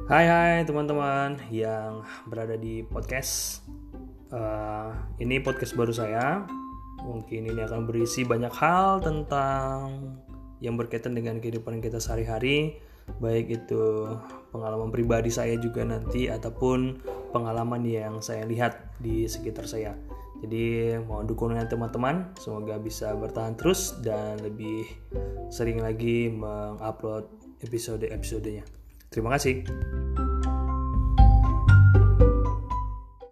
Hai teman-teman yang berada di podcast. Ini podcast baru saya. Mungkin ini akan berisi banyak hal tentang yang berkaitan dengan kehidupan kita sehari-hari, baik itu pengalaman pribadi saya juga nanti ataupun pengalaman yang saya lihat di sekitar saya. Jadi mohon dukungan teman-teman, semoga bisa bertahan terus dan lebih sering lagi mengupload episode-episodenya. Terima kasih.